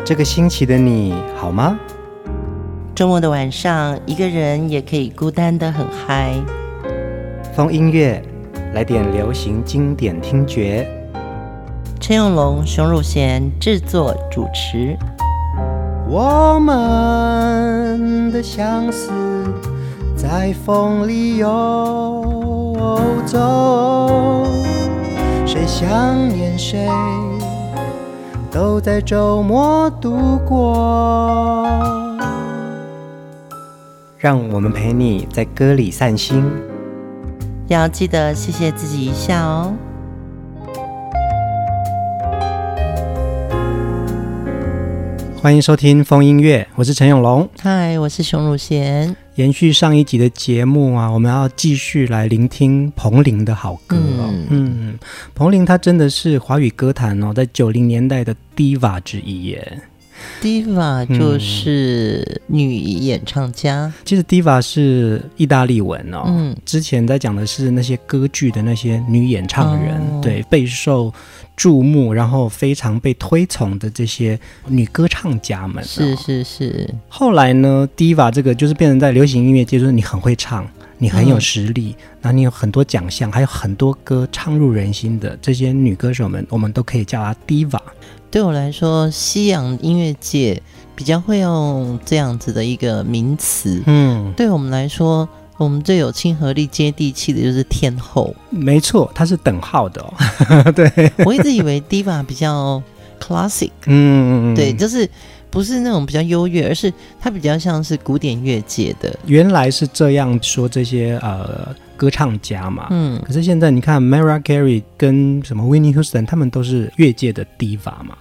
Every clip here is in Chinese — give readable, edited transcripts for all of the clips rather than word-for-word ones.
这个星期的你好吗？ 周末的晚上，一个人也可以孤单得很嗨。 风音乐，来点流行经典听觉。 陈永龙、熊汝贤制作主持。 我们的相思在风里游走，谁想念谁，都在周末度过。让我们陪你在歌里散心， 要记得谢谢自己一下哦。 欢迎收听风音乐，我是陈永龙。 嗨，我是熊汝贤。 延续上一集的节目啊，我们要继续来聆听彭羚的好歌哦。彭羚她真的是华语歌坛哦，在90年代的 diva 之一耶。 diva 就是女演唱家。 其实 diva 是意大利文哦。之前在讲的是那些歌剧的那些女演唱人，对，备受注目，然后非常被推崇的这些女歌唱家们。 是。 后来呢 ，diva 这个就是变成在流行音乐界，就是你很会唱，你很有实力，然后你有很多奖项，还有很多歌唱入人心的这些女歌手们，我们都可以叫她 diva。 对我来说，西洋音乐界比较会用这样子的一个名词。对我们来说，我们最有亲和力、接地气的就是天后。没错，它是等号的哦。对， 我一直以为 diva 比较 classic。对，就是不是那种比较优越，而是它比较像是古典乐界的。 原来是这样说这些歌唱家嘛。可是现在你看 Mariah Carey 跟什么 Whitney Houston 他们都是乐界的 diva 嘛。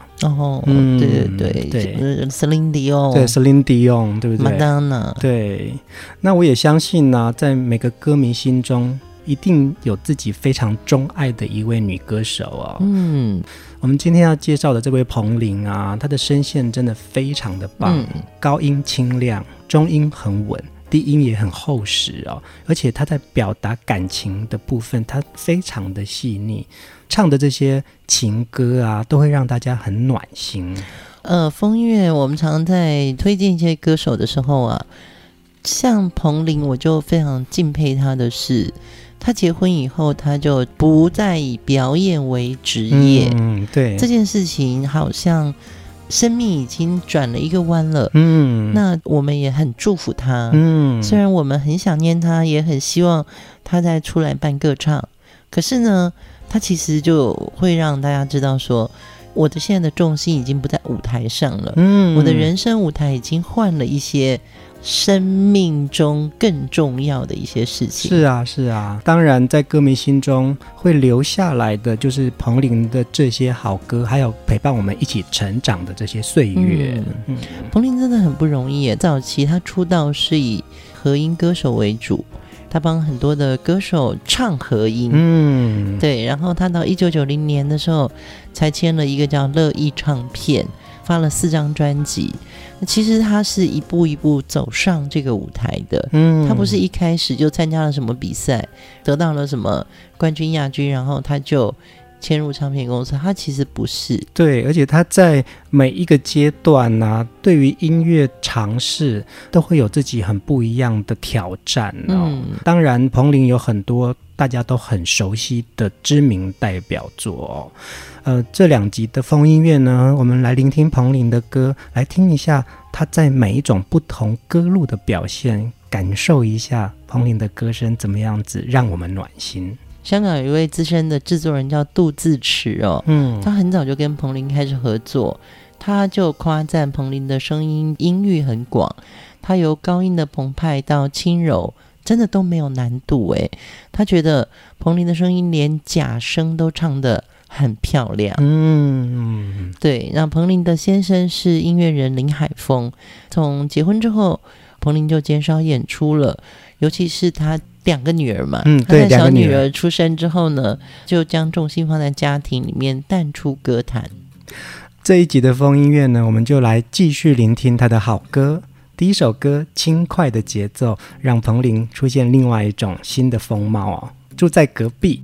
对 Celine Dion， 对 Celine Dion， 对不对？ Madonna。 对，那我也相信呢，在每个歌迷心中一定有自己非常钟爱的一位女歌手哦。我们今天要介绍的这位彭羚啊，她的声线真的非常的棒，高音清亮，中音很稳，低音也很厚实哦，而且她在表达感情的部分，她非常的细腻，唱的这些情歌啊，都会让大家很暖心。 风乐我们常常在推荐一些歌手的时候啊，像彭羚，我就非常敬佩她的是，他结婚以后，他就不再以表演为职业。 对， 这件事情好像生命已经转了一个弯了。那我们也很祝福他。虽然我们很想念他，也很希望他再出来办歌唱，可是呢，他其实就会让大家知道说，我的现在的重心已经不在舞台上了。我的人生舞台已经换了一些生命中更重要的一些事情。 是啊，当然在歌迷心中会留下来的就是彭羚的这些好歌，还有陪伴我们一起成长的这些岁月。 彭羚真的很不容易耶，早期他出道是以和音歌手为主，他帮很多的歌手唱和音。对，然后他到1990年的时候才签了一个叫乐意唱片，发了4张专辑。其实他是一步一步走上这个舞台的。他不是一开始就参加了什么比赛，得到了什么冠军亚军，然后他就签入唱片公司，他其实不是。对， 而且他在每一个阶段啊，对于音乐尝试都会有自己很不一样的挑战哦。当然彭羚有很多大家都很熟悉的知名代表作哦。这2集的风音乐呢，我们来聆听彭羚的歌，来听一下她在每一种不同歌路的表现，感受一下彭羚的歌声怎么样子让我们暖心。 香港有一位资深的制作人叫杜自持哦，他很早就跟彭羚开始合作，他就夸赞彭羚的声音音域很广，他由高音的澎湃到轻柔真的都没有难度诶。他觉得彭羚的声音连假声都唱得很漂亮。对，那彭羚的先生是音乐人林海峰，从结婚之后彭羚就减少演出了，尤其是他2个女儿嘛，他在小女儿出生之后呢，就将重心放在家庭里面，淡出歌坛。 这一集的风音乐呢，我们就来继续聆听他的好歌。第一首歌轻快的节奏让彭羚出现另外一种新的风貌哦。住在隔壁。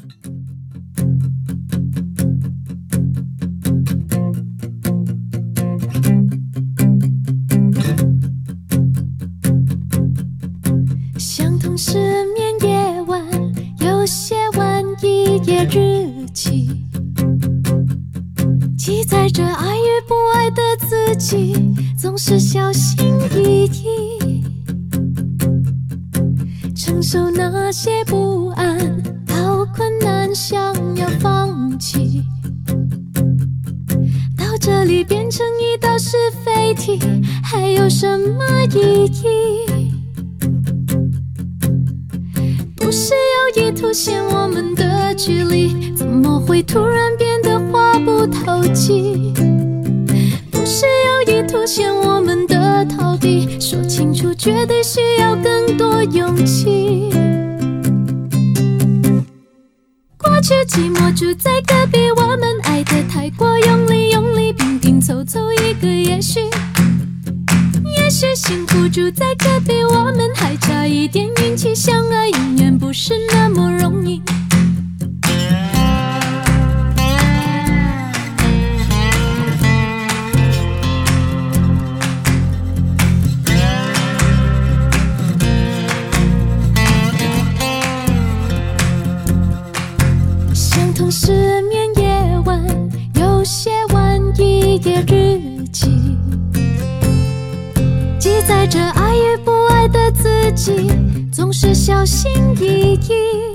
日记，记载着爱与不爱的自己，总是小心翼翼，承受那些不安，好困难想要放弃，到这里变成一道是非题，还有什么意义？不是有意凸显我们的距离，怎么会突然变得话不投机？不是有意凸显我们的逃避，说清楚绝对需要更多勇气。过去寂寞住在隔壁，我们爱得太过用力，用力拼拼凑凑一个也许。也许幸福住在隔壁，我们还差一点运气，相爱永远不是那么容易。相同失眠夜晚，有写完一页日记，记载着爱与不爱的自己，总是小心翼翼，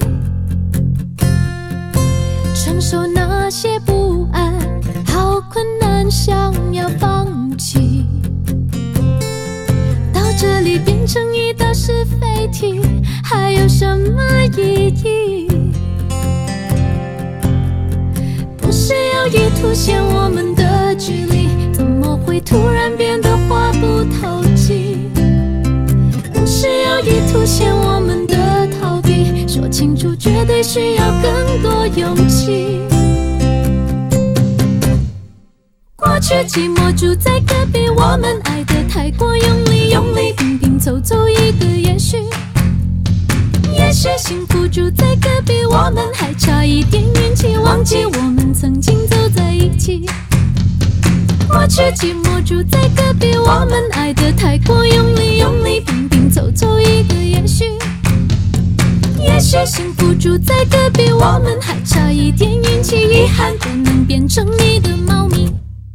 承受那些不安，好困难想要放弃，到这里变成一道是非题，还有什么意义？不是有意凸显我们的距离，怎么会突然变得话不投机？不是有意凸显我们的逃避，说清楚绝对需要更多勇气。过去寂寞住在隔壁，我们爱得太过用力，用力拼拼凑凑一个也许。也许幸福住在隔壁，我们还差一点运气，忘记我们曾经走在一起。过去寂寞住在隔壁，我们爱得太过用力，用力拼拼凑凑一个也许。也许幸福住在隔壁，我们还差一点运气，遗憾不能变成你的猫咪。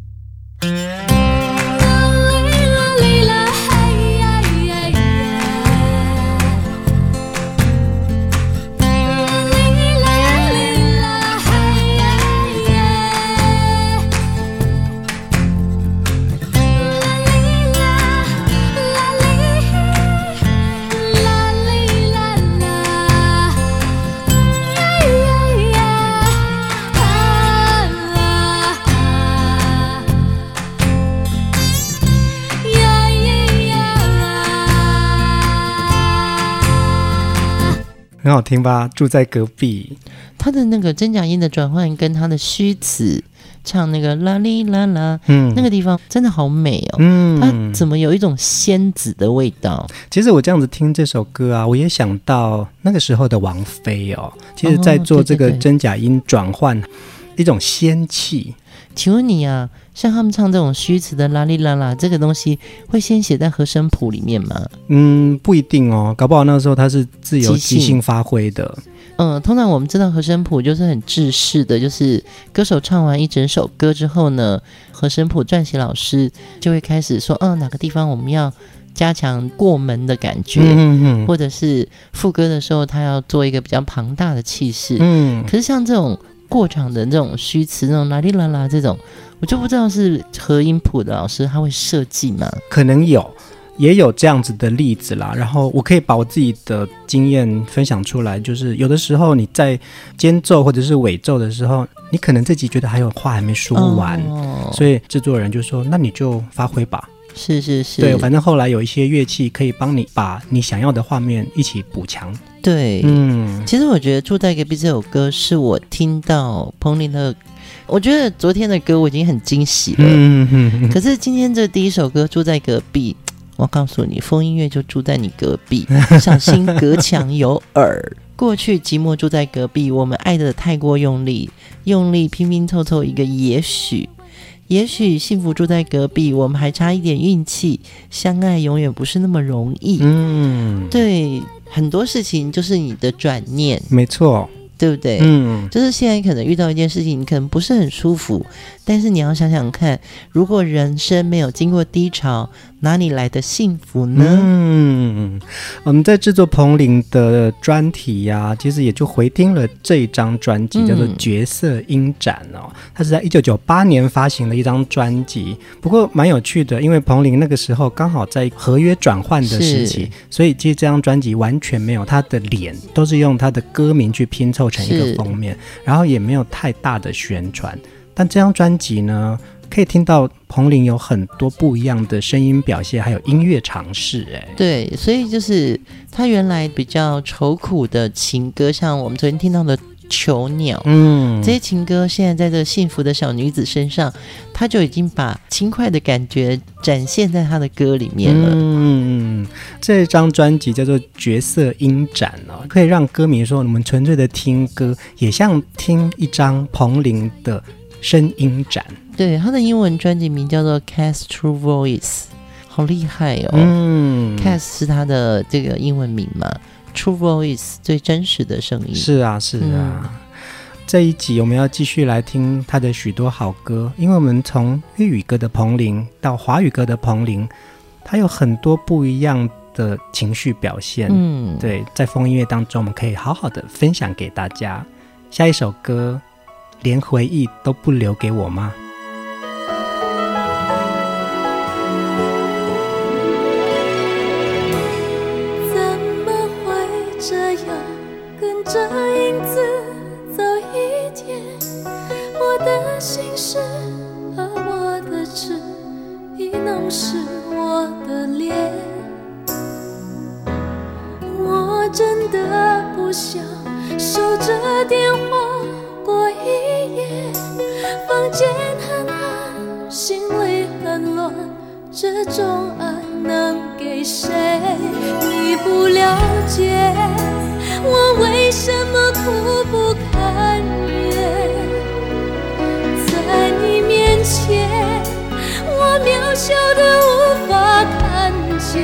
很好听吧？住在隔壁， 他的那个真假音的转换跟他的虚词唱那个啦哩啦啦，那个地方真的好美哦。他怎么有一种仙子的味道？ 其实我这样子听这首歌啊，我也想到那个时候的王菲哦，其实在做这个真假音转换，一种仙气。 请问你啊，像他们唱这种虚词的啦哩啦啦，这个东西会先写在和声谱里面吗？ 不一定哦，搞不好那个时候它是自由即兴发挥的。 通常我们知道和声谱就是很制式的，就是歌手唱完一整首歌之后呢，和声谱撰写老师就会开始说，哪个地方我们要加强过门的感觉，或者是副歌的时候他要做一个比较庞大的气势。可是像这种过场的这种虚词，那种啦哩啦啦这种，我就不知道是和音谱的老师他会设计吗？ 可能也有这样子的例子啦。然后我可以把我自己的经验分享出来，就是有的时候你在间奏或者是尾奏的时候，你可能自己觉得还有话还没说完，所以制作人就说那你就发挥吧。 是是是， 对，反正后来有一些乐器可以帮你把你想要的画面一起补强。 对，其实我觉得住在隔壁这首歌是我听到彭羚的，我觉得昨天的歌我已经很惊喜了，可是今天这第一首歌住在隔壁，我告诉你，风音乐就住在你隔壁，小心隔墙有耳。过去寂寞住在隔壁，我们爱得太过用力，用力拼拼凑凑一个也许。也许幸福住在隔壁，我们还差一点运气，相爱永远不是那么容易。对，很多事情就是你的转念。 没错。 对不对？就是现在可能遇到一件事情，你可能不是很舒服，但是你要想想看，如果人生没有经过低潮，哪里来的幸福呢？ 我们在制作彭羚的专题呀，其实也就回听了这一张专辑，叫做《角色音展》哦。它是在1998年发行的一张专辑，不过蛮有趣的，因为彭羚那个时候刚好在合约转换的时期，所以其实这张专辑完全没有他的脸，都是用他的歌名去拼凑成一个封面，然后也没有太大的宣传。但这张专辑呢，可以听到彭羚有很多不一样的声音表现，还有音乐尝试。 对，所以就是他原来比较愁苦的情歌，像我们昨天听到的囚鸟，这些情歌现在在这个幸福的小女子身上，她就已经把轻快的感觉展现在她的歌里面了。 这张专辑叫做《角色音展》哦，可以让歌迷说，我们纯粹的听歌，也像听一张彭羚的声音展。 对，他的英文专辑名叫做 Cass True Voice， 好厉害哦。Cass 是他的这个英文名嘛， True Voice 最真实的声音。 是啊。这一集我们要继续来听他的许多好歌，因为我们从粤语歌的彭羚到华语歌的彭羚，他有很多不一样的情绪表现。对，在风音乐当中我们可以好好的分享给大家。下一首歌，连回忆都不留给我吗？ 怎么会这样跟着影子走一天？我的心事和我的痴已弄湿我的脸，我真的不想守着电话过一夜，房间很暗，心里很乱，这种爱能给谁？你不了解我为什么苦不堪言，在你面前我渺小的无法看见，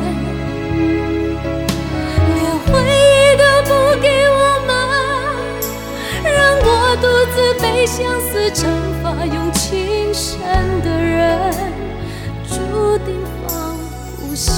连回忆都不给我吗？让我独自被相思惩罚，用情深的人注定放不下。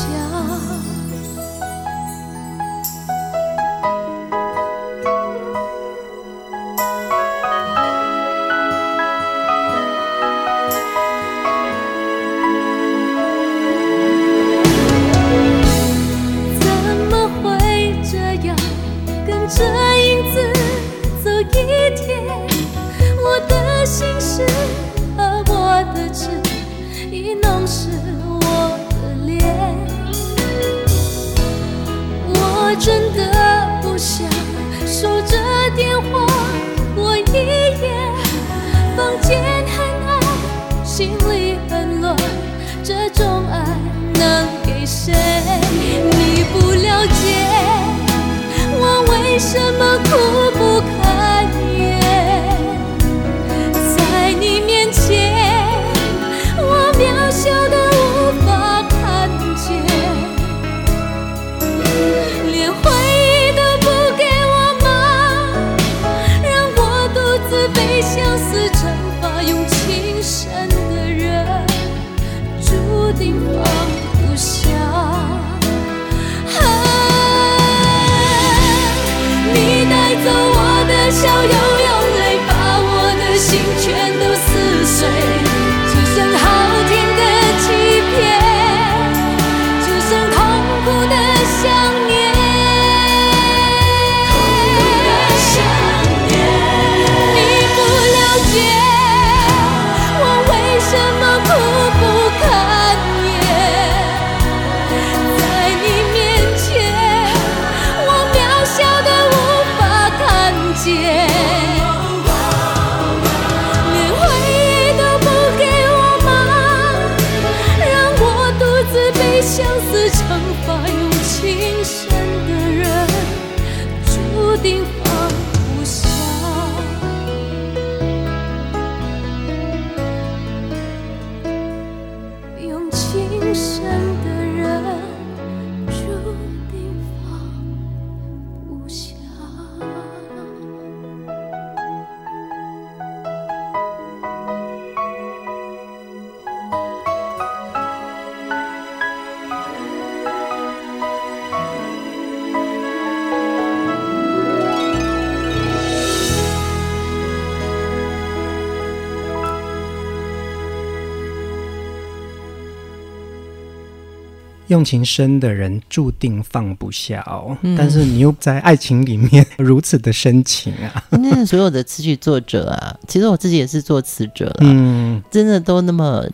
怎么会这样跟着影子走一天？我的心事用情深的人注定放不下哦，但是你又在爱情里面如此的深情啊。 那所有的词曲作者啊，其实我自己也是作词者啦，真的都那么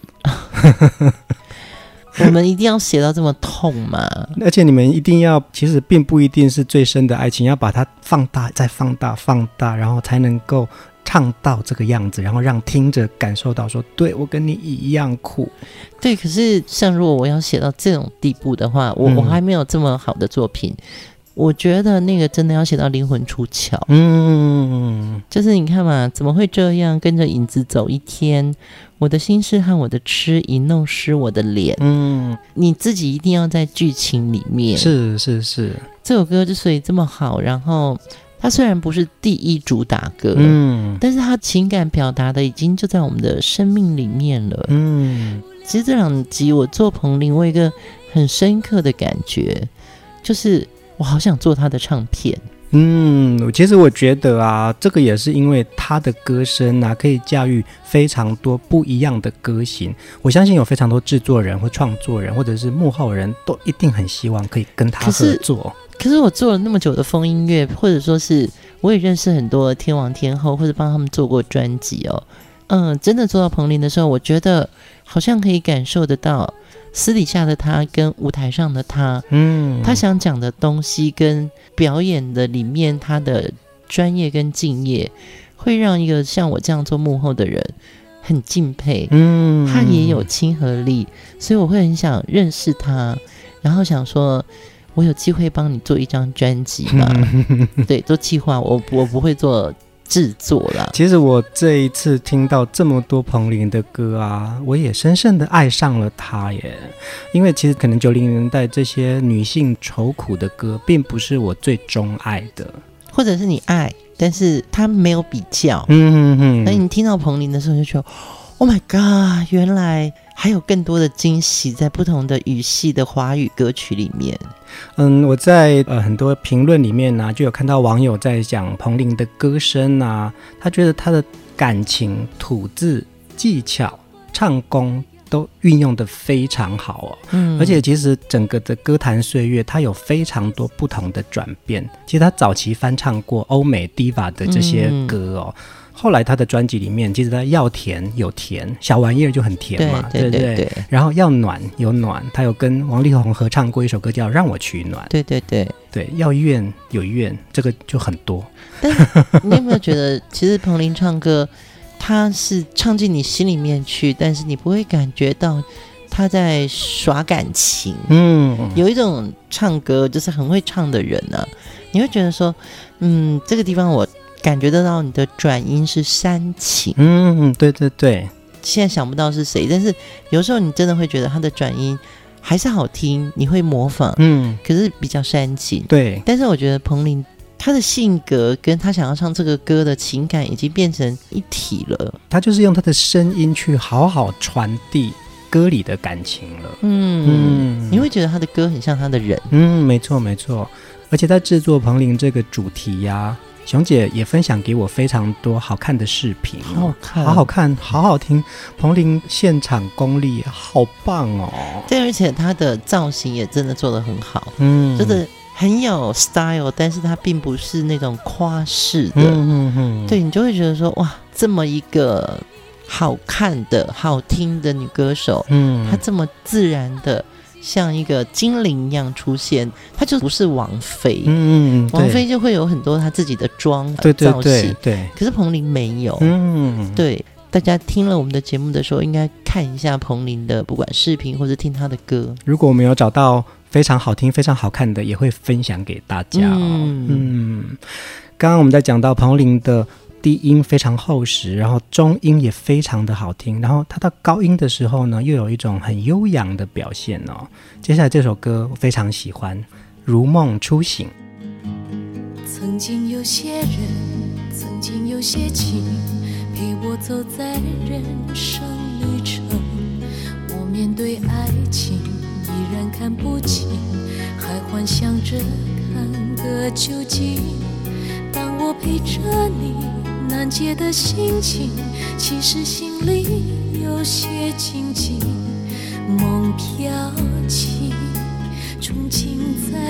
我们一定要写到这么痛吗？ 而且你们一定要，其实并不一定是最深的爱情，要把它放大再放大放大，然后才能够唱到这个样子，然后让听者感受到说，对，我跟你一样苦。 对，可是像如果我要写到这种地步的话，我还没有这么好的作品，我觉得那个真的要写到灵魂出窍。就是你看嘛，怎么会这样？跟着影子走一天，我的心事和我的痴一弄湿我的脸。你自己一定要在剧情里面。是。这首歌之所以这么好，然后它虽然不是第一主打歌，但是它情感表达的已经就在我们的生命里面了。其实这2集我做彭羚，我有一个很深刻的感觉，就是我好想做他的唱片。 其实我觉得啊，这个也是因为他的歌声啊，可以驾驭非常多不一样的歌型。我相信有非常多制作人或创作人或者是幕后人都一定很希望可以跟他合作。 可是我做了那么久的风音乐，或者说是我也认识很多天王天后，或者帮他们做过专辑哦。真的做到彭羚的时候，我觉得好像可以感受得到私底下的他跟舞台上的他，他想讲的东西跟表演的里面他的专业跟敬业，会让一个像我这样做幕后的人很敬佩。他也有亲和力，所以我会很想认识他，然后想说我有机会帮你做一张专辑吗？对，做企划，我不会做制作啦。 其实我这一次听到这么多彭羚的歌啊，我也深深的爱上了她耶。因为其实可能90年代这些女性愁苦的歌并不是我最钟爱的， 或者是你爱，但是它没有比较。那你听到彭羚的时候就觉得 Oh my god， 原来还有更多的惊喜在不同的语系的华语歌曲里面。 我在很多评论里面啊，就有看到网友在讲彭羚的歌声啊，他觉得他的感情、吐字、技巧、唱功都运用得非常好哦。而且其实整个的歌坛岁月，他有非常多不同的转变。其实他早期翻唱过欧美 diva 的这些歌哦。后来他的专辑里面，其实他要甜有甜，小玩意儿就很甜嘛，对不对？然后要暖有暖，他有跟王力宏合唱过一首歌叫《让我取暖》，对，要怨有怨，这个就很多。 但你有没有觉得，其实彭羚唱歌，他是唱进你心里面去，但是你不会感觉到他在耍感情。有一种唱歌就是很会唱的人啊，你会觉得说，这个地方我感觉得到你的转音是煽情。 对， 现在想不到是谁，但是有时候你真的会觉得他的转音还是好听，你会模仿，可是比较煽情。对，但是我觉得彭羚他的性格跟他想要唱这个歌的情感已经变成一体了， 他就是用他的声音去好好传递歌里的感情了。 你会觉得他的歌很像他的人。 没错，而且在制作彭羚这个主题呀，熊姐也分享给我非常多好看的视频，好好看，好好听。彭羚现场功力好棒哦！ 对，而且她的造型也真的做得很好，就是很有 style， 但是她并不是那种夸饰的。对，你就会觉得说，哇，这么一个好看的、好听的女歌手，她这么自然的。像一个精灵一样出现，她就不是王菲。王菲就会有很多她自己的妆造型，对。可是彭羚没有。对，大家听了我们的节目的时候，应该看一下彭羚的，不管视频或者听她的歌。 如果我们有找到非常好听、非常好看的，也会分享给大家。刚刚我们在讲到彭羚的低音非常厚实，然后中音也非常的好听，然后它到高音的时候呢，又有一种很悠扬的表现哦。接下来这首歌我非常喜欢，《如梦初醒》。 曾经有些人，曾经有些情，陪我走在人生旅程。我面对爱情依然看不清，还幻想着看个究竟。当我陪着你难解的心情，其实心里有些紧紧，梦飘起，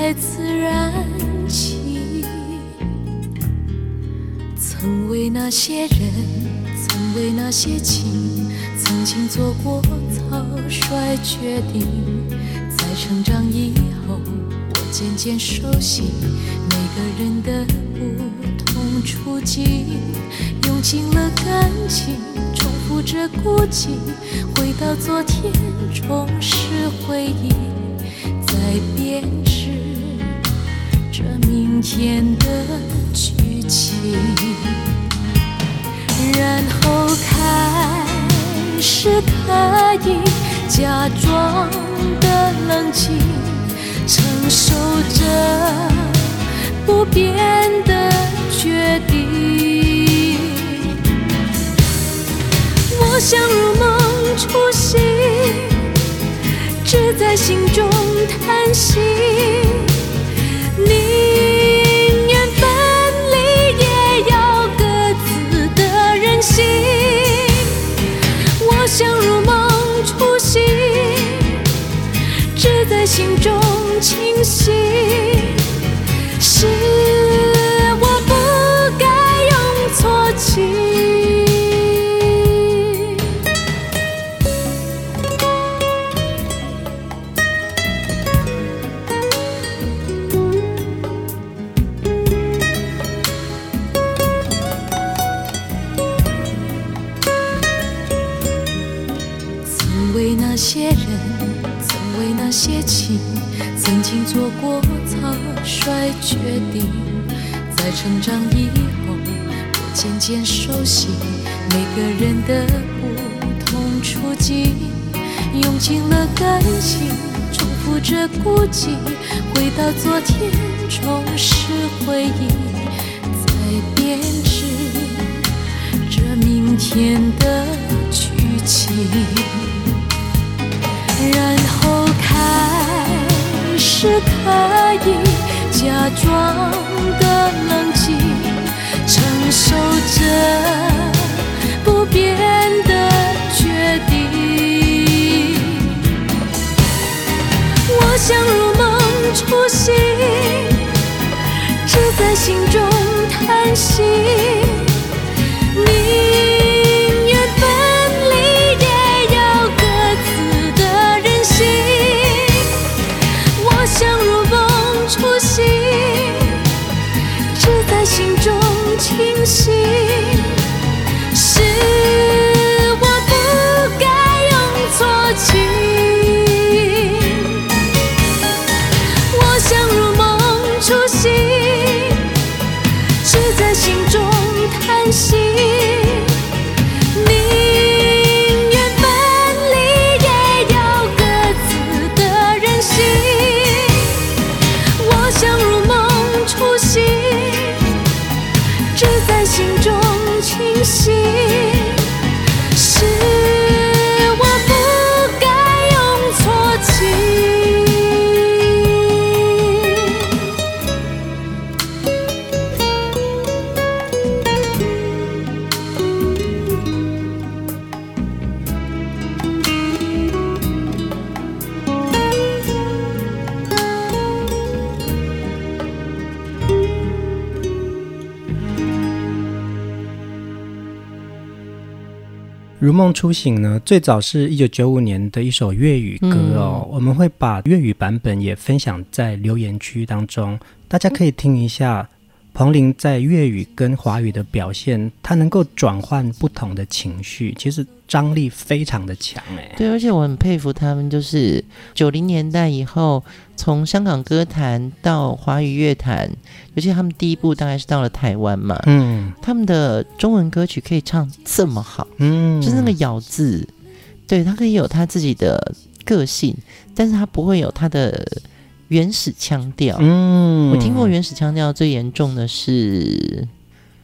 才自然起。曾为那些人，曾为那些情，曾经做过草率决定。在成长以后，我渐渐熟悉每个人的不同处境，用尽了感情，重复着孤寂，回到昨天，重拾回忆，再编织这明天的剧情，然后开始可以假装的冷静，承受着不变的决定。我想如梦初醒，只在心中叹息，宁愿分离也要各自的人心。我想如梦初醒，只在心中清晰，是我不该用错情。曾为那些人，曾为那些情，曾经做过草率决定。在成长以后，我渐渐熟悉每个人的不同处境，用尽了感情，重复着孤寂，回到昨天，重拾回忆，再编织这明天的剧情，然后开始可以假装的冷静，承受着不变的决定。我想如梦初醒，只在心中叹息，宁愿分离也要各自的人心。我想如梦初醒，只在心中清晰，是我不该用错情。我想如梦初醒，只在心中叹息，宁愿分离也要各自的人心。我想如梦初醒，只在心中清晰，是我不该用错情。 如梦初醒呢，最早是1995年的一首粤语歌哦，我们会把粤语版本也分享在留言区当中，大家可以听一下彭羚在粤语跟华语的表现，它能够转换不同的情绪，其实张力非常的强哎。 对，而且我很佩服他们，就是90年代以后，从香港歌坛到华语乐坛，尤其他们第一步大概是到了台湾嘛，他们的中文歌曲可以唱这么好，就是那个咬字，对，他可以有他自己的个性，但是他不会有他的原始腔调。我听过原始腔调最严重的是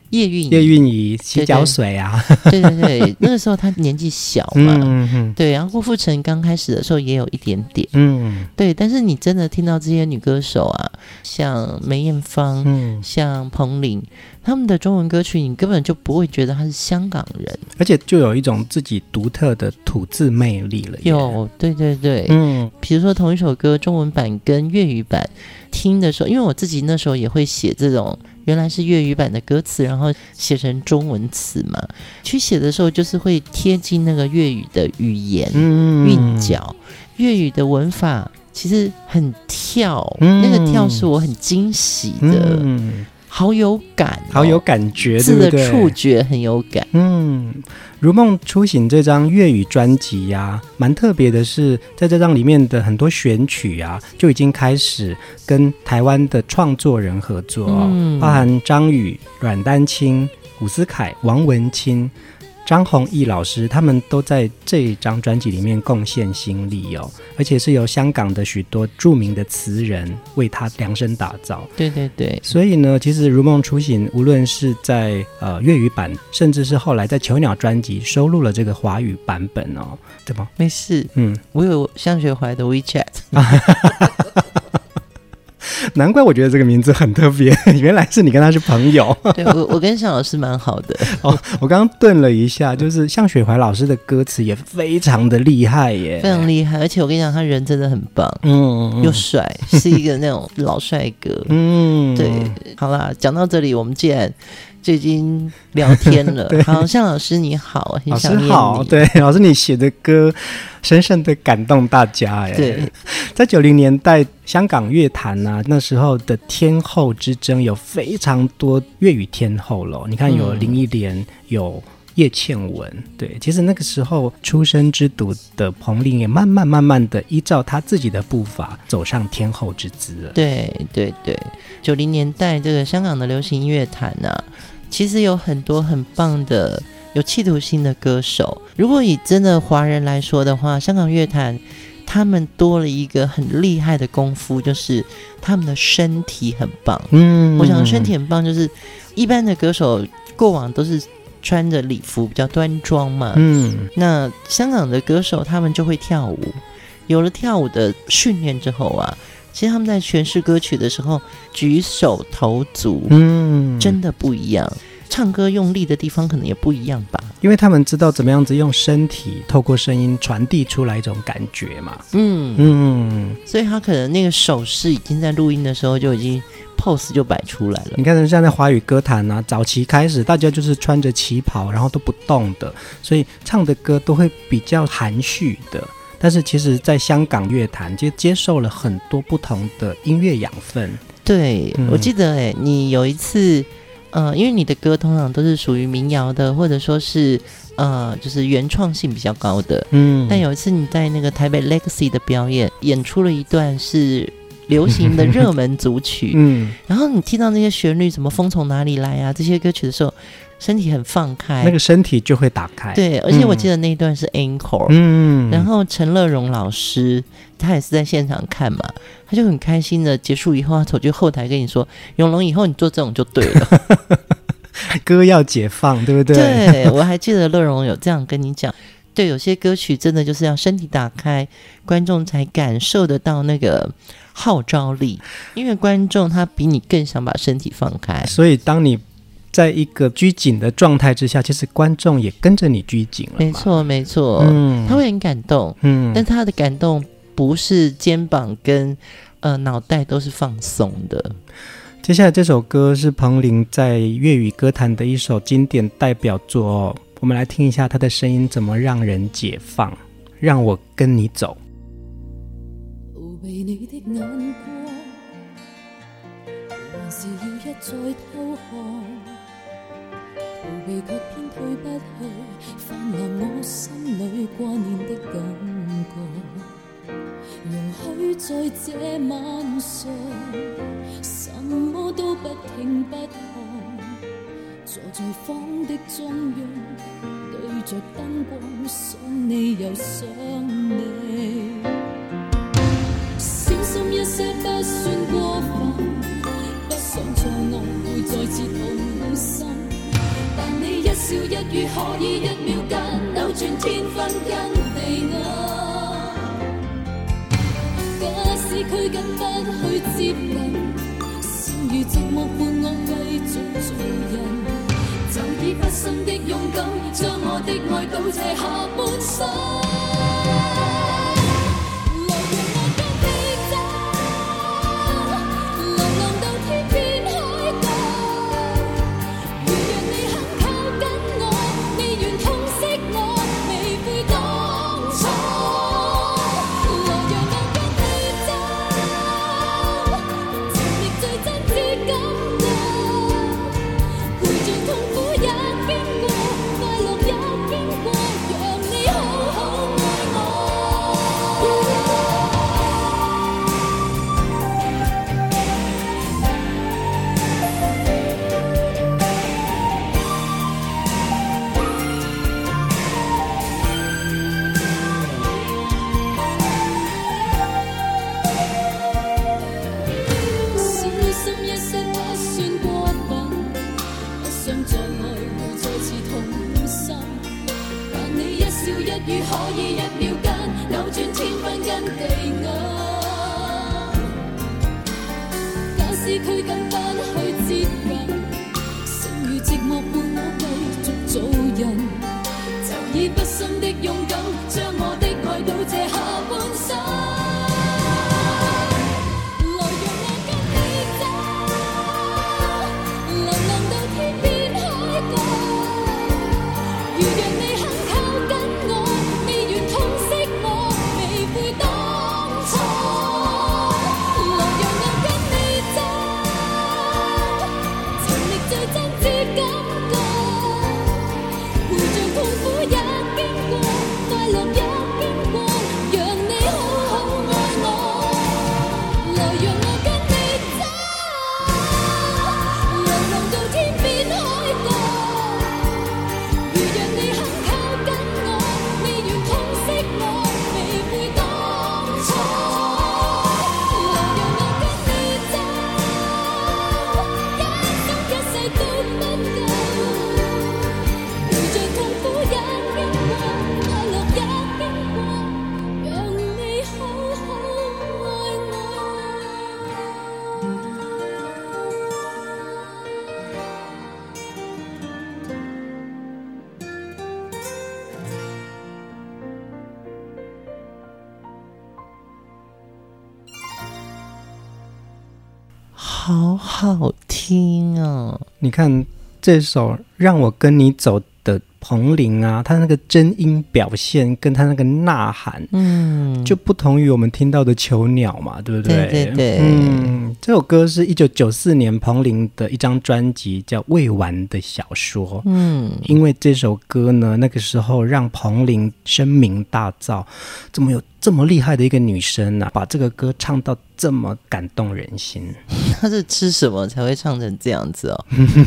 叶蕴仪， 叶蕴仪洗脚水啊， 对对对，那个时候他年纪小嘛，对，然后郭富城刚开始的时候也有一点点，对，但是你真的听到这些女歌手啊，像梅艳芳，像彭羚，他们的中文歌曲，你根本就不会觉得他是香港人， 而且就有一种自己独特的吐字魅力了。 有，对对对，比如说同一首歌中文版跟粤语版听的时候，因为我自己那时候也会写这种原来是粤语版的歌词，然后写成中文词嘛，去写的时候就是会贴近那个粤语的语言韵脚，粤语的文法其实很跳，那个跳是我很惊喜的，好有感， 好有感觉， 字的触觉很有感。 如梦初醒这张粤语专辑啊，蛮特别的是，在这张里面的很多选曲啊，就已经开始跟台湾的创作人合作包含张宇、阮丹青、伍思凯、王文清、张弘毅老师，他们都在这一张专辑里面贡献心力而且是由香港的许多著名的词人为他量身打造。 对对对， 所以呢，其实如梦初醒无论是在粤语版，甚至是后来在囚鸟专辑收录了这个华语版本对吗？ 没事，我有向雪怀的 WeChat 难怪我觉得这个名字很特别，原来是你跟他是朋友。 对，我跟向老师蛮好的。 我刚刚顿了一下，就是向雪怀老师的歌词也非常的厉害耶， 非常厉害，而且我跟你讲，他人真的很棒，又帅，是一个那种老帅哥。对，好啦，讲到这里，我们既然就已经聊天了。好，向老师你好，很想念你。老师好， 对，老师你写的歌深深的感动大家耶。 对， 在90年代香港乐坛啊，那时候的天后之争有非常多粤语天后了。你看有林忆莲，有叶倩文，对，其实那个时候出生之犊的彭羚也慢慢的依照他自己的步伐走上天后之姿了。 对对对，90年代这个香港的流行音乐坛啊，其实有很多很棒的有企图心的歌手。如果以真的华人来说的话，香港乐坛他们多了一个很厉害的功夫，就是他们的身体很棒。我想身体很棒，就是一般的歌手过往都是穿着礼服比较端庄嘛，那香港的歌手他们就会跳舞，有了跳舞的训练之后啊，其实他们在诠释歌曲的时候举手投足真的不一样，唱歌用力的地方可能也不一样吧， 因为他们知道怎么样子用身体透过声音传递出来一种感觉嘛。 所以他可能那个手势已经在录音的时候就已经 pose 就摆出来了。 你看像在华语歌坛啊，早期开始大家就是穿着旗袍然后都不动的，所以唱的歌都会比较含蓄的。但是其实在香港乐坛就接受了很多不同的音乐养分。 对，我记得你有一次因为你的歌通常都是属于民谣的，或者说是就是原创性比较高的，但有一次你在那个台北 Legacy 的表演演出了一段是流行的热门组曲然后你听到那些旋律什么风从哪里来啊这些歌曲的时候，身体很放开， 那个身体就会打开。 对，而且我记得那一段是 encore，然后陈乐融老师他也是在现场看嘛，他就很开心的结束以后，他走去后台跟你说，永龙以后你做这种就对了歌要解放，对不对？ 对，我还记得乐融有这样跟你讲，对，有些歌曲真的就是要身体打开，观众才感受得到那个号召力，因为观众他比你更想把身体放开，所以当你在一个拘谨的状态之下，其实观众也跟着你拘谨了嘛。 没错没错，他会很感动，但他的感动不是肩膀跟脑袋都是放松的。 接下来这首歌是彭羚在粤语歌坛的一首经典代表作我们来听一下她的声音怎么让人解放。让我跟你走。 逃避你的眼光，还是要一再偷看，逃避却偏退不去，泛滥我心里挂念的感觉。容许在这晚上，什么都不听不看，坐在房的中央，对着燈光，想你又想你。小心一些不算過分，不想錯愕會再次痛心。 笑一語可以一秒間扭轉天昏跟地暗。假使拘謹不去接近，剩餘寂寞伴我繼續做人，就以不深的勇敢將我的愛倒瀉下半生。 好好听哦！ 你看这首《让我跟你走》的彭羚啊，他那个真音表现跟他那个呐喊，就不同于我们听到的囚鸟嘛，对不对？ 对对对， 这首歌是1994年彭羚的一张专辑叫《未完的小说》。因为这首歌呢，那个时候让彭羚声名大噪，怎么有这么厉害的一个女生啊，把这个歌唱到这么感动人心？ 她是吃什么才会唱成这样子哦？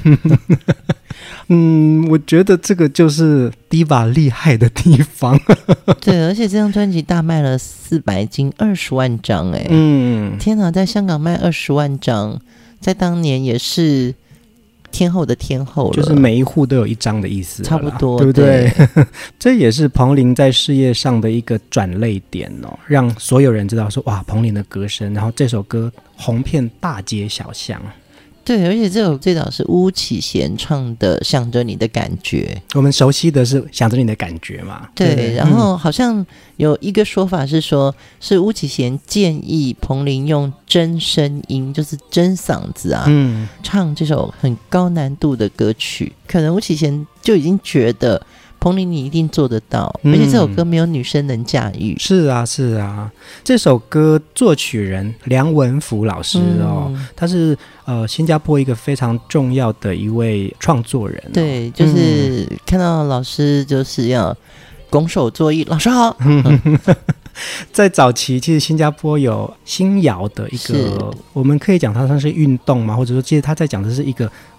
我觉得这个就是Diva厉害的地方。 对，而且这张专辑大卖了400斤，20万张哎！天哪，在香港卖20万张，在当年也是天后的天后了， 就是每一户都有一张的意思， 差不多， 对不对？这也是彭羚在事业上的一个转捩点哦，让所有人知道说哇，彭羚的歌声，然后这首歌红遍大街小巷。 对，而且这首最早是巫启贤唱的《想着你的感觉》， 我们熟悉的是《想着你的感觉》嘛。 对，然后好像有一个说法是说，是巫启贤建议彭羚用真声音，就是真嗓子啊，唱这首很高难度的歌曲。可能巫启贤就已经觉得彭羚你一定做得到，而且这首歌没有女生能驾驭。 是啊是啊，这首歌作曲人梁文福老师他是新加坡一个非常重要的一位创作人。 对，就是看到老师就是要拱手作揖，老师好。 在早期其实新加坡有新谣的一个，我们可以讲它算是运动嘛，或者说其实他在讲的是一个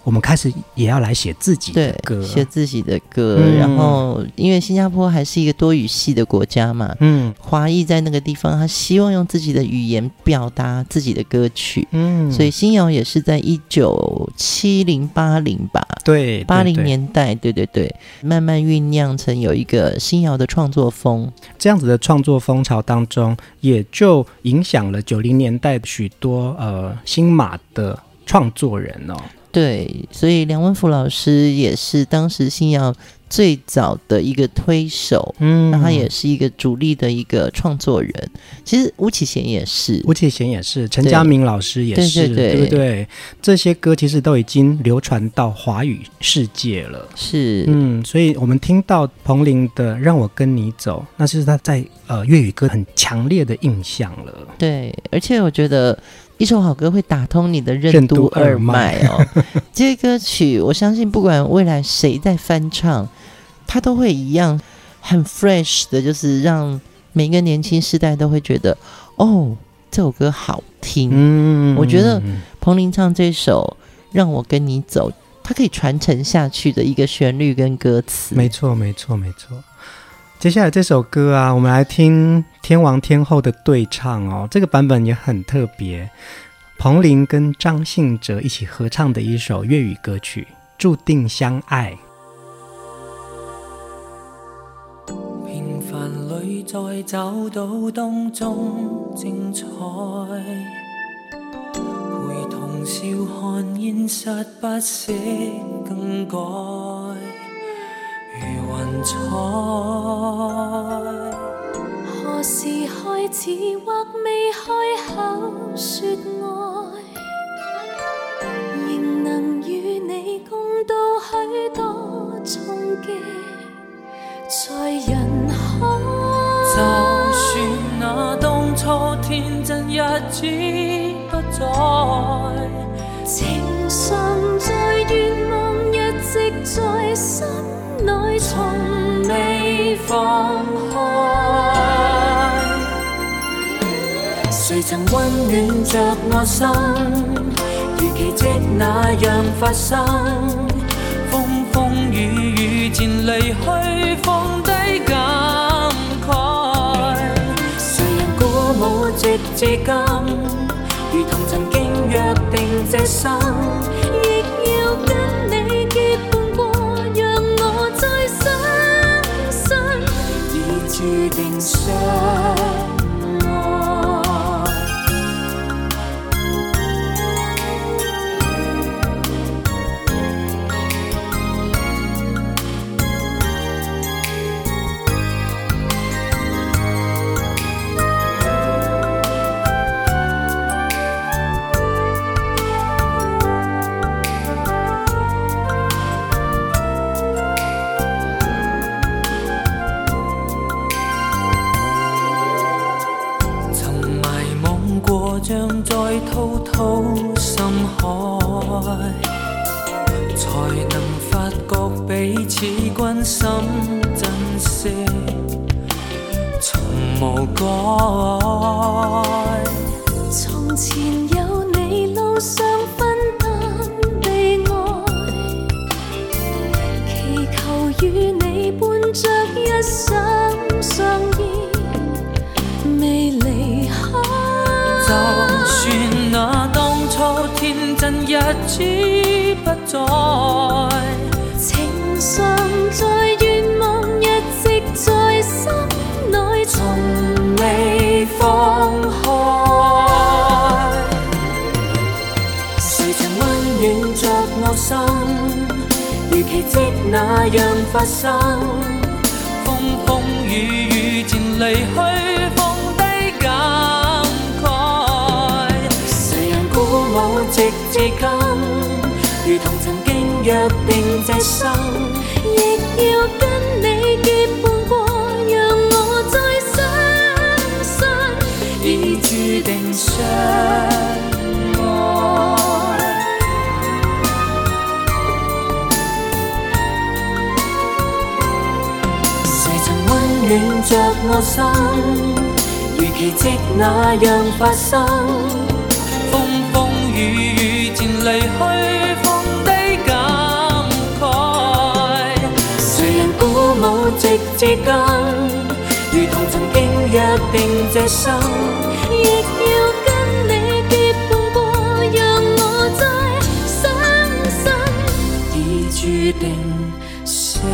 我们开始也要来写自己的歌， 写自己的歌。然后因为新加坡还是一个多语系的国家嘛，华裔在那个地方他希望用自己的语言表达自己的歌曲，所以新谣也是在1970、80吧， 对 ，80年代，对，慢慢酝酿成有一个新谣的创作风。 这样子的创作风潮当中，也就影响了90年代许多新马的创作人哦。 对，所以梁文福老师也是当时新谣最早的一个推手，那他也是一个主力的一个创作人。其实巫启贤也是， 陈嘉明老师也是，对不对？这些歌其实都已经流传到华语世界了， 是， 所以我们听到彭羚的《让我跟你走》，那是他在粤语歌很强烈的印象了。 对，而且我觉得一首好歌会打通你的任督二脉哦。这些歌曲我相信不管未来谁在翻唱，它都会一样很 fresh 的，就是让每个年轻世代都会觉得哦，这首歌好听。我觉得彭羚唱这首《让我跟你走》，它可以传承下去的一个旋律跟歌词。 没错。接下来这首歌啊，我们来听天王天后的对唱哦，这个版本也很特别，彭羚跟张信哲一起合唱的一首粤语歌曲《注定相愛》。 平凡裏再找到當中精彩，陪同笑看現實不惜更改，如雲彩。 何時開始或未開口說愛，仍能與你共度許多衝擊在人海。 就算那當初天真日子不再， 情常在願望一直在心內，從未放開。 誰曾溫暖着我心，如奇蹟那樣發生，風風雨雨漸離去，放低感慨。誰人鼓舞直至今，如同曾經約定這生， 亦要跟你結伴過，讓我再相信， 已注定相像在滔滔深海，才能發覺彼此關心珍惜，從無改。 從前有你路上分擔悲哀，祈求與你伴着一生相依，未離開。 就算那當初天真日子不再， 情常在願望一直在心內， 從未放開。誰曾溫暖着我心，如奇蹟那樣發生，風風雨雨漸離去，放低感。直至今，如同曾經約定這生， 亦要跟你結伴過，讓我再相信， 已注定相愛。誰曾溫暖着我心，如奇蹟那樣發生，風風雨雨漸離去，放低之間，如同曾經約定這生， 亦要跟你結伴過，讓我再相信， 已注定相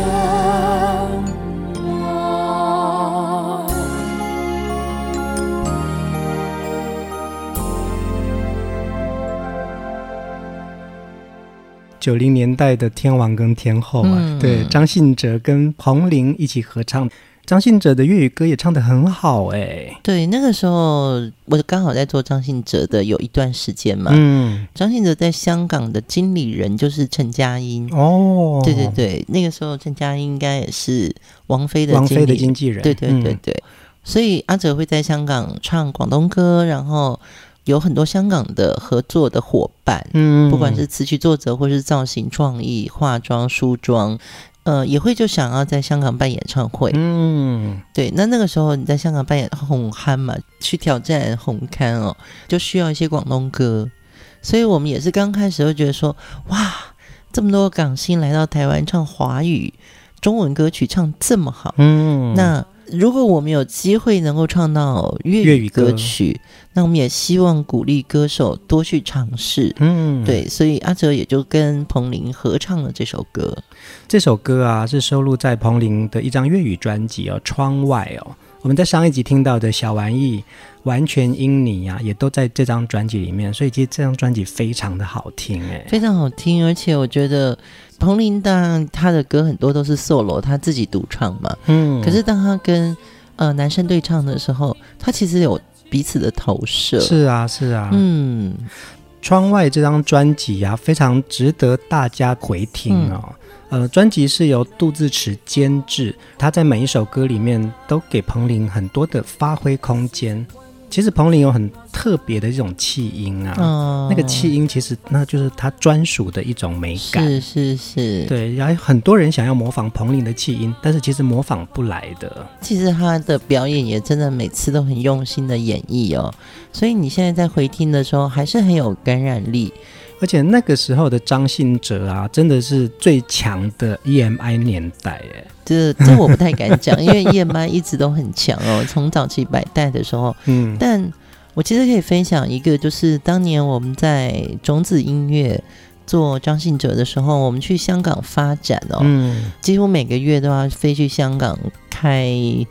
90年代的天王跟天后啊，对，张信哲跟彭羚一起合唱。张信哲的粤语歌也唱得很好对，那个时候我刚好在做张信哲的有一段时间嘛。张信哲在香港的经理人就是陈嘉英。对对对，那个时候陈嘉英应该也是王菲的经纪人。对对对对，所以阿哲会在香港唱广东歌，然后有很多香港的合作的伙伴，不管是词曲作者或是造型创意、化妆、梳妆。也会就想要在香港办演唱会。对，那个时候你在香港办演红磡嘛，去挑战红磡哦，就需要一些广东歌，所以我们也是刚开始会觉得说，哇，这么多港星来到台湾唱华语中文歌曲唱这么好，那如果我们有机会能够唱到粤语歌曲，那我们也希望鼓励歌手多去尝试。对，所以阿哲也就跟彭羚合唱了这首歌。 这首歌啊，是收录在彭羚的一张粤语专辑《窗外》哦。我们在上一集听到的小玩意完全因你啊，也都在这张专辑里面，所以其实这张专辑非常的好听非常好听。而且我觉得彭羚当然他的歌很多都是 solo， 他自己独唱嘛。可是当他跟男生对唱的时候，他其实有彼此的投射。 是啊是啊。窗外这张专辑啊，非常值得大家回听哦。专辑是由杜自持监制，他在每一首歌里面都给彭羚很多的发挥空间。其实彭羚有很特别的这种气音啊，那个气音其实那就是他专属的一种美感。 是。 对，然后很多人想要模仿彭羚的气音，但是其实模仿不来的。 其实他的表演也真的每次都很用心的演绎哦，所以你现在在回听的时候还是很有感染力。 而且那个时候的张信哲啊，真的是最强的 EMI 年代这我不太敢讲，因为 EMI 一直都很强哦，从早期百代的时候。但我其实可以分享一个，就是当年我们在种子音乐做张信哲的时候，我们去香港发展哦，几乎每个月都要飞去香港开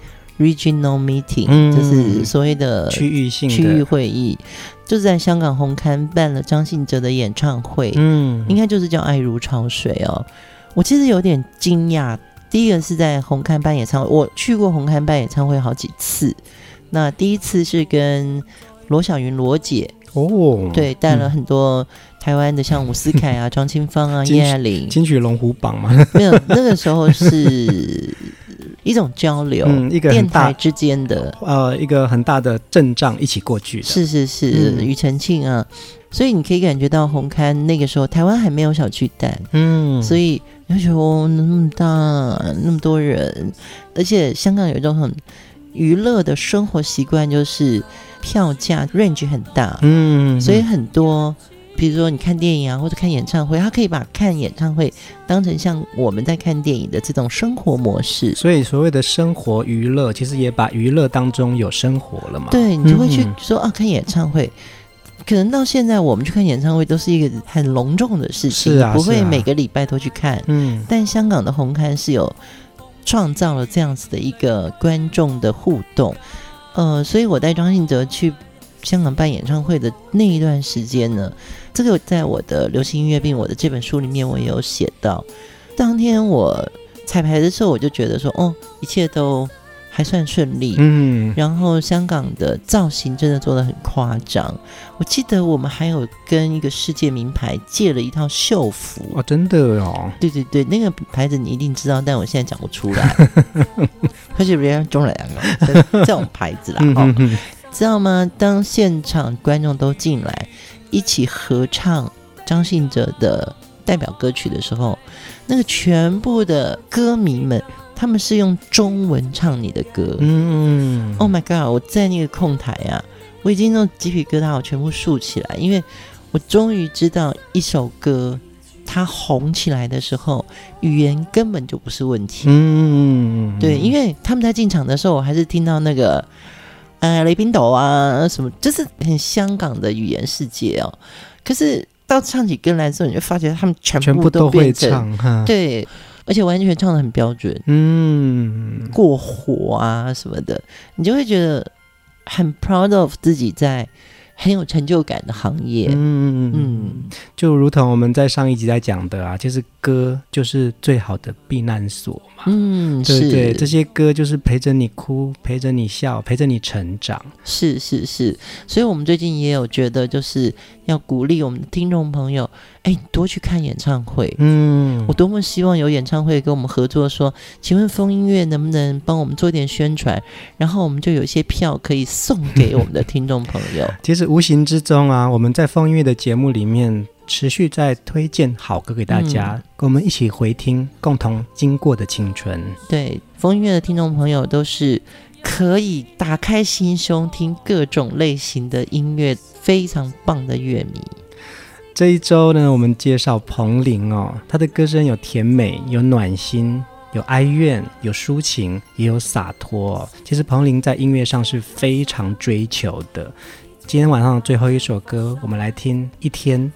regional meeting，就是所谓的区域会议。 就是在香港红磡办了张信哲的演唱会，应该就是叫爱如潮水哦。我其实有点惊讶，第一个是在红磡办演唱会，我去过红磡办演唱会好几次。那第一次是跟罗小云罗姐对，带了很多台湾的像伍思凯啊、张清芳啊、叶爱玲， 金曲龙虎榜嘛。 没有，那个时候是一种交流，一个电台之间的一个很大的阵仗一起过去的。 是，庾澄庆啊，所以你可以感觉到红磡那个时候台湾还没有小巨蛋，所以你会觉得那么大那么多人，而且香港有一种很娱乐的生活习惯，就是票价 range 很大，所以很多比如说你看电影啊或者看演唱会，他可以把看演唱会当成像我们在看电影的这种生活模式。 所以所谓的生活娱乐，其实也把娱乐当中有生活了嘛。 对，你就会去说看演唱会，可能到现在我们去看演唱会都是一个很隆重的事情， 是啊， 不会每个礼拜都去看。但香港的红磡是有创造了这样子的一个观众的互动。所以我带张信哲去香港办演唱会的那一段时间呢，这个在我的流行音乐病我的这本书里面我也有写到。当天我彩排的时候，我就觉得说一切都还算顺利，然后香港的造型真的做得很夸张。我记得我们还有跟一个世界名牌借了一套秀服。 真的哦。 对对对，那个牌子你一定知道，但我现在讲不出来。可是别人中了这种牌子啦知道吗？当现场观众都进来一起合唱张信哲的代表歌曲的时候，那个全部的歌迷们他们是用中文唱你的歌。Oh my god， 我在那个控台啊，我已经那种鸡皮疙瘩我全部竖起来，因为我终于知道一首歌他红起来的时候，语言根本就不是问题。对，因为他们在进场的时候，我还是听到那个雷宾斗啊什么，就是很香港的语言世界哦。可是到唱起歌来之后，你就发觉他们全部都会唱，对，而且完全唱得很标准，过火啊什么的，你就会觉得很 proud of 自己在很有成就感的行业。 就如同我们在上一集在讲的啊，其实歌就是最好的避难所嘛。对不对？这些歌就是陪着你哭，陪着你笑，陪着你成长。 是，所以我们最近也有觉得，就是要鼓励我们的听众朋友，多去看演唱会。我多么希望有演唱会跟我们合作说，请问风音乐能不能帮我们做点宣传，然后我们就有一些票可以送给我们的听众朋友。 其实无形之中啊，我们在风音乐的节目里面持续在推荐好歌给大家，跟我们一起回听共同经过的青春。 对，风音乐的听众朋友都是可以打开心胸听各种类型的音乐，非常棒的乐迷。 这一周呢，我们介绍彭羚哦，她的歌声有甜美，有暖心，有哀怨，有抒情，也有洒脱。其实彭羚在音乐上是非常追求的。今天晚上最后一首歌，我们来听一天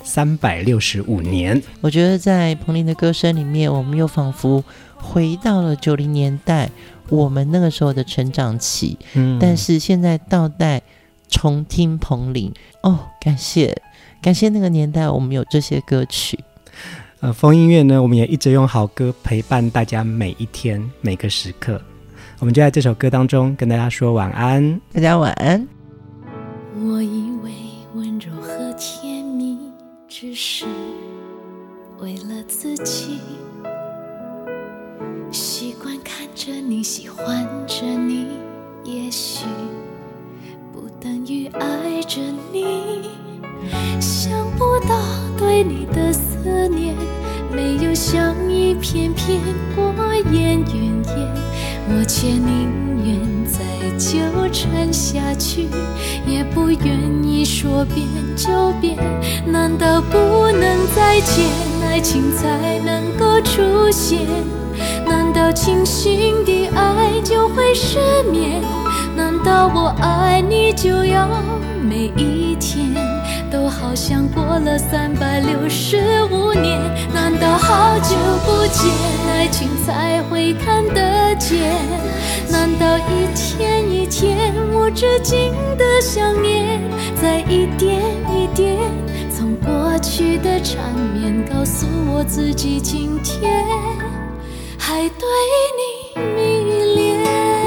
365年。我觉得在彭羚的歌声里面，我们又仿佛回到了90年代我们那个时候的成长期。但是现在倒带重听彭羚，感谢那个年代我们有这些歌曲。 风音乐呢，我们也一直用好歌陪伴大家每一天每个时刻。我们就在这首歌当中跟大家说晚安。 大家晚安。 我以为温柔和甜蜜只是为了自己，习惯看着你，喜欢着你，也许不等于爱着你。想不到对你的思念没有像一片片过眼云烟，我却宁愿再纠缠下去，也不愿意说变就变。难道不能再见，爱情才能够出现？难道清醒的爱就会失眠？难道我爱你就要每一天都好像过了365年？难道好久不见，爱情才会看得见？难道一天一天无止境的想念，在一点一点从过去的缠绵告诉我自己，今天还对你迷恋。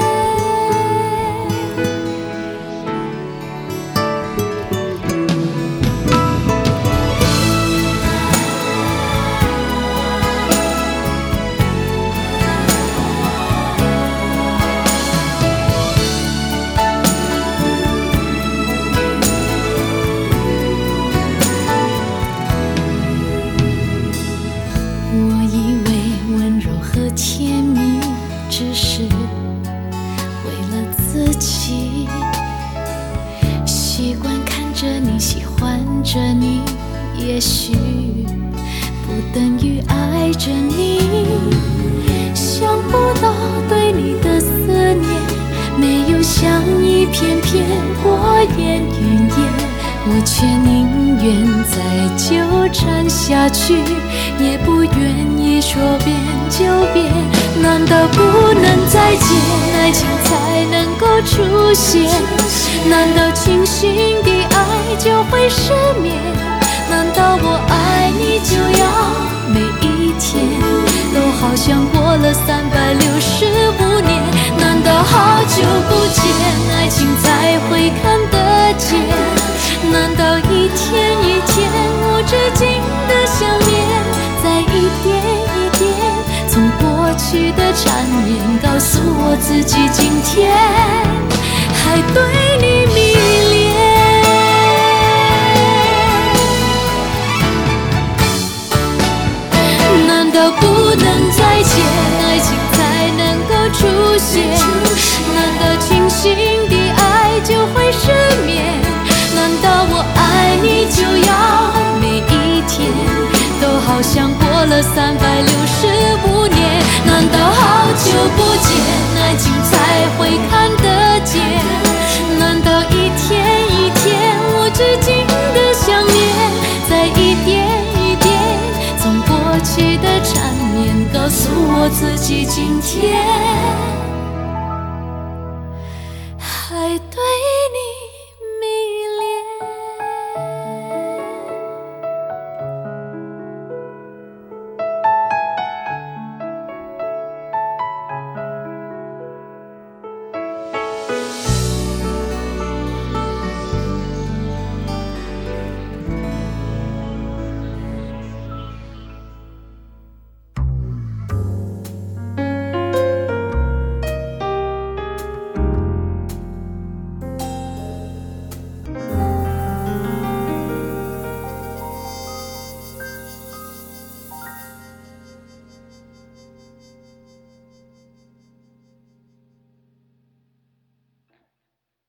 也许不等于爱着你，想不到对你的思念没有像一片片过眼云烟，我却宁愿再纠缠下去，也不愿意说变就变。难道不能再见，爱情才能够出现？难道清醒的爱就会失眠？难道我爱你就要每一天都好像过了365年？难道好久不见，爱情才会看得见？难道一天一天无止境的想念，在一点一点从过去的缠绵告诉我自己，今天还对你迷恋？难道不能再见，爱情才能够出现？难道清醒的爱就会失眠？难道我爱你就要每一天都好像了365年，难道好久不见，爱情才会看得见？难道一天一天无止境的想念，在一点一点从过去的缠绵，告诉我自己今天还对